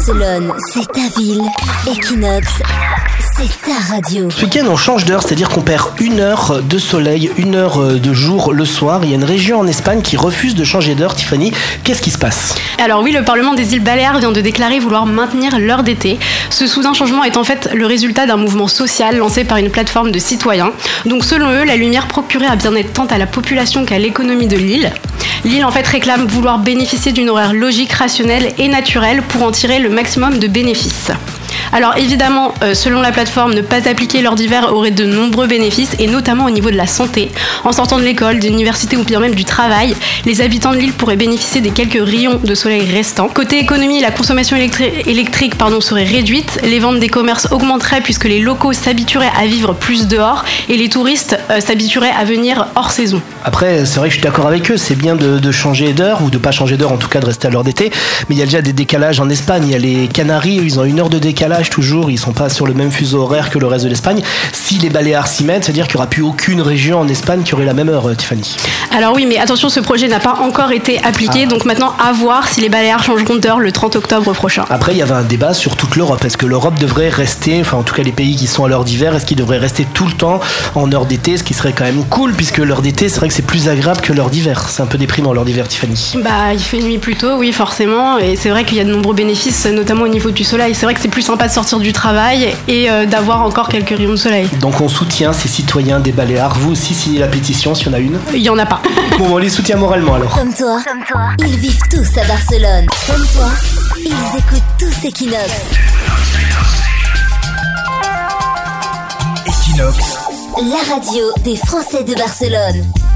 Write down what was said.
Barcelone, c'est ta ville. Equinox, c'est ta radio. Ce week-end, on change d'heure, c'est-à-dire qu'on perd 1 heure de soleil, 1 heure de jour le soir. Il y a une région en Espagne qui refuse de changer d'heure. Tiffany, qu'est-ce qui se passe ? Alors oui, le Parlement des îles Baléares vient de déclarer vouloir maintenir l'heure d'été. Ce soudain changement est en fait le résultat d'un mouvement social lancé par une plateforme de citoyens. Donc selon eux, la lumière procurait un bien-être tant à la population qu'à l'économie de l'île. L'île en fait réclame vouloir bénéficier d'une horaire logique, rationnelle et naturelle pour en tirer le maximum de bénéfices. Alors évidemment, selon la plateforme, ne pas appliquer l'heure d'hiver aurait de nombreux bénéfices, et notamment au niveau de la santé. En sortant de l'école, de l'université ou bien même du travail, les habitants de l'île pourraient bénéficier des quelques rayons de soleil restants. Côté économie, la consommation électrique serait réduite, les ventes des commerces augmenteraient puisque les locaux s'habitueraient à vivre plus dehors et les touristes s'habitueraient à venir hors saison. Après, c'est vrai que je suis d'accord avec eux, c'est bien de changer d'heure, ou de pas changer d'heure, en tout cas de rester à l'heure d'été, mais il y a déjà des décalages en Espagne. Il y a les Canaries, ils ont 1 heure de décalage toujours, ils sont pas sur le même fuseau horaire que le reste de l'Espagne. Si les Baléares s'y mettent, c'est-à-dire qu'il n'y aura plus aucune région en Espagne qui aurait la même heure, Tiffany. Alors oui, mais attention, ce projet n'a pas encore été appliqué, donc maintenant à voir si les Baléares changeront d'heure le 30 octobre prochain. Après, il y avait un débat sur toute l'Europe. Est-ce que l'Europe devrait rester, enfin en tout cas les pays qui sont à l'heure d'hiver, est-ce qu'ils devraient rester tout le temps en heure d'été, ce qui serait quand même cool, puisque l'heure d'été, c'est vrai que c'est plus agréable que l'heure d'hiver. C'est un peu déprimant l'heure d'hiver, Tiffany. Bah, il fait nuit plus tôt, oui, forcément, et c'est vrai qu'il y a de nombreux bénéfices, notamment au niveau du soleil. C'est vrai que c'est plus sympa de sortir du travail et d'avoir encore quelques rayons de soleil. Donc on soutient ces citoyens des Baléares. Vous aussi, signez la pétition s'il y en a une. Il y en a pas. Bon, on les soutient moralement alors. Comme toi, ils vivent tous à Barcelone. Comme toi, ils écoutent tous Equinox. Equinox, La radio des Français de Barcelone.